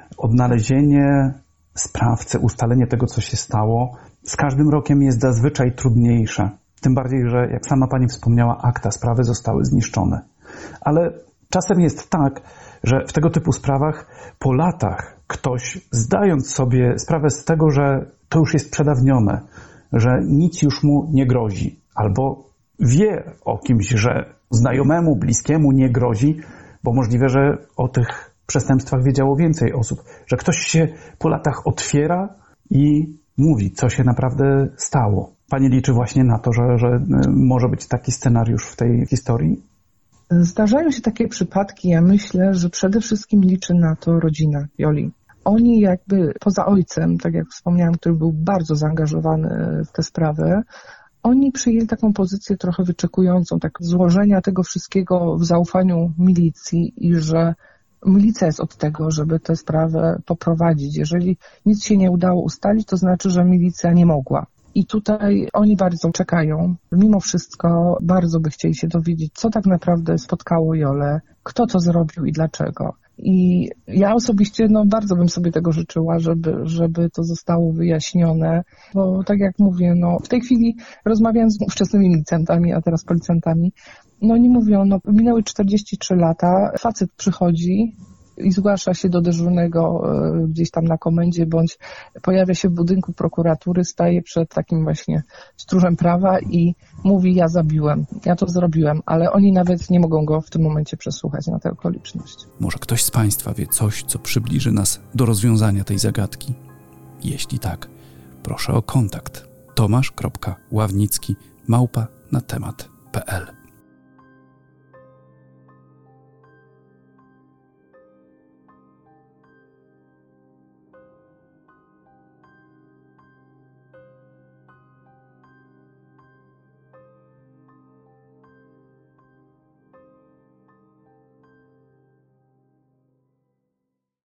Odnalezienie sprawcy, ustalenie tego, co się stało, z każdym rokiem jest zazwyczaj trudniejsze. Tym bardziej, że jak sama pani wspomniała, akta sprawy zostały zniszczone. Ale czasem jest tak, że w tego typu sprawach po latach ktoś, zdając sobie sprawę z tego, że to już jest przedawnione, że nic już mu nie grozi, albo wie o kimś, że znajomemu, bliskiemu nie grozi, bo możliwe, że o tych przestępstwach wiedziało więcej osób, że ktoś się po latach otwiera i mówi, co się naprawdę stało. Pani liczy właśnie na to, że może być taki scenariusz w tej historii? Zdarzają się takie przypadki. Ja myślę, że przede wszystkim liczy na to rodzina Joli. Oni jakby poza ojcem, tak jak wspomniałam, który był bardzo zaangażowany w tę sprawę, oni przyjęli taką pozycję trochę wyczekującą, tak złożenia tego wszystkiego w zaufaniu milicji i że milicja jest od tego, żeby tę sprawę poprowadzić. Jeżeli nic się nie udało ustalić, to znaczy, że milicja nie mogła. I tutaj oni bardzo czekają. Mimo wszystko bardzo by chcieli się dowiedzieć, co tak naprawdę spotkało Jolę, kto to zrobił i dlaczego. I ja osobiście bardzo bym sobie tego życzyła, żeby to zostało wyjaśnione, bo tak jak mówię, w tej chwili rozmawiam z ówczesnymi milicjantami, a teraz policjantami, oni mówią, minęły 43 lata, facet przychodzi i zgłasza się do dyżurnego gdzieś tam na komendzie, bądź pojawia się w budynku prokuratury, staje przed takim właśnie stróżem prawa i mówi, ja zabiłem, ja to zrobiłem, ale oni nawet nie mogą go w tym momencie przesłuchać na tę okoliczność. Może ktoś z Państwa wie coś, co przybliży nas do rozwiązania tej zagadki? Jeśli tak, proszę o kontakt tomasz.ławnicki@natemat.pl